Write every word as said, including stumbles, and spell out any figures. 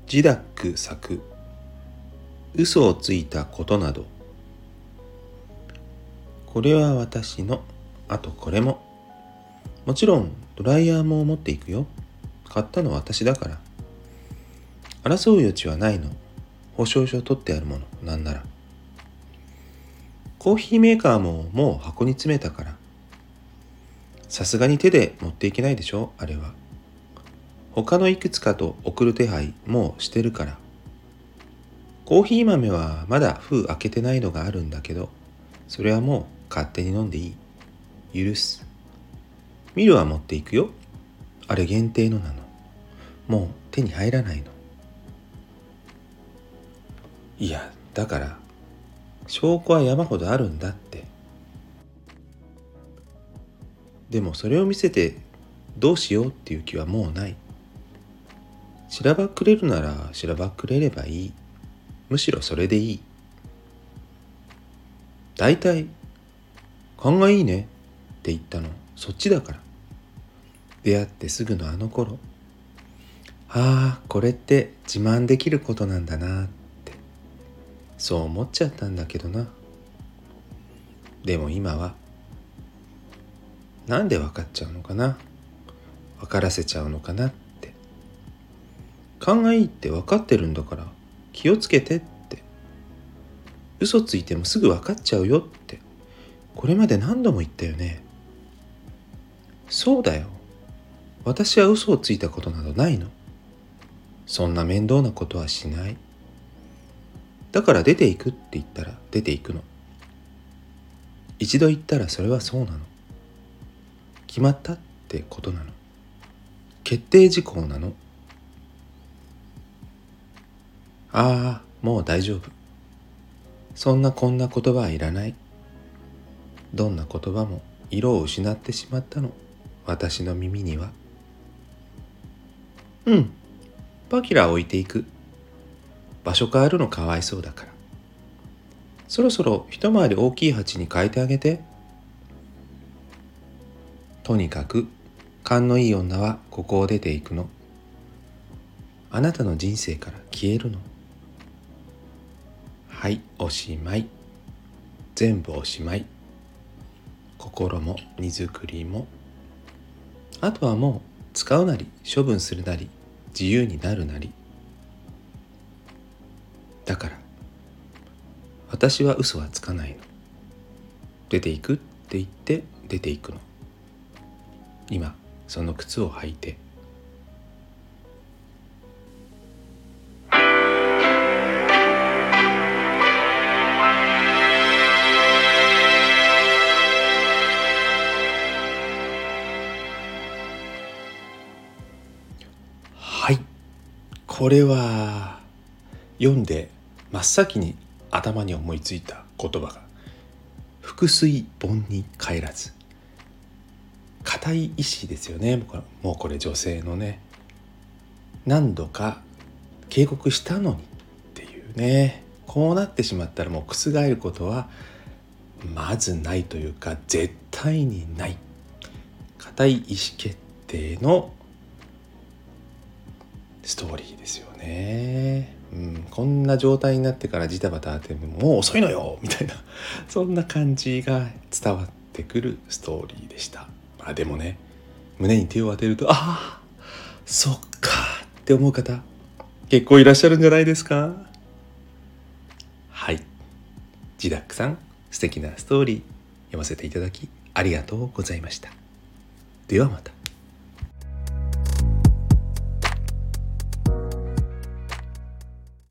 ジダック作嘘をついたことなど。これは私の、あとこれも。もちろんドライヤーも持っていくよ。買ったのは私だから。争う余地はないの。保証書取ってあるもの、なんなら。コーヒーメーカーももう箱に詰めたから。さすがに手で持っていけないでしょ、あれは。他のいくつかと送る手配もうしてるから。コーヒー豆はまだ封開けてないのがあるんだけど、それはもう勝手に飲んでいい。許す。ミルは持っていくよ。あれ限定のなの。もう手に入らないの。いや、だから証拠は山ほどあるんだって。でもそれを見せてどうしようっていう気はもうない。しらばっくれるならしらばっくれればいい。むしろそれでいい。だいたい勘がいいねって言ったのそっちだから。出会ってすぐのあの頃、ああこれって自慢できることなんだなって、そう思っちゃったんだけどな。でも今はなんで分かっちゃうのかな、分からせちゃうのかなって。勘がいいって分かってるんだから気をつけてって。嘘ついてもすぐ分かっちゃうよってこれまで何度も言ったよね。そうだよ、私は嘘をついたことなどないの。そんな面倒なことはしない。だから出ていくって言ったら出ていくの。一度言ったらそれはそうなの。決まったってことなの。決定事項なの。ああ、もう大丈夫。そんなこんな言葉はいらない。どんな言葉も色を失ってしまったの。私の耳には。うん、パキラ置いていく。場所変わるのかわいそうだから。そろそろ一回り大きい鉢に変えてあげて。とにかく勘のいい女はここを出ていくの。あなたの人生から消えるの。はい、おしまい。全部おしまい。心も荷造りも。あとはもう使うなり処分するなり自由になるなり。だから私は嘘はつかないの。出ていくって言って出ていくの。今その靴を履いて。はい、これは読んで真っ先に頭に思いついた言葉が覆水盆に帰らず。固い意志ですよね。もうこれ女性のね、何度か警告したのにっていうね。こうなってしまったらもう覆ることはまずないというか絶対にない。固い意思決定のストーリーですよね。うん、こんな状態になってからジタバタってもう遅いのよみたいなそんな感じが伝わってくるストーリーでした。まあでもね、胸に手を当てるとああそっかって思う方結構いらっしゃるんじゃないですか。はい、ジダックさん、素敵なストーリー読ませていただきありがとうございました。ではまた。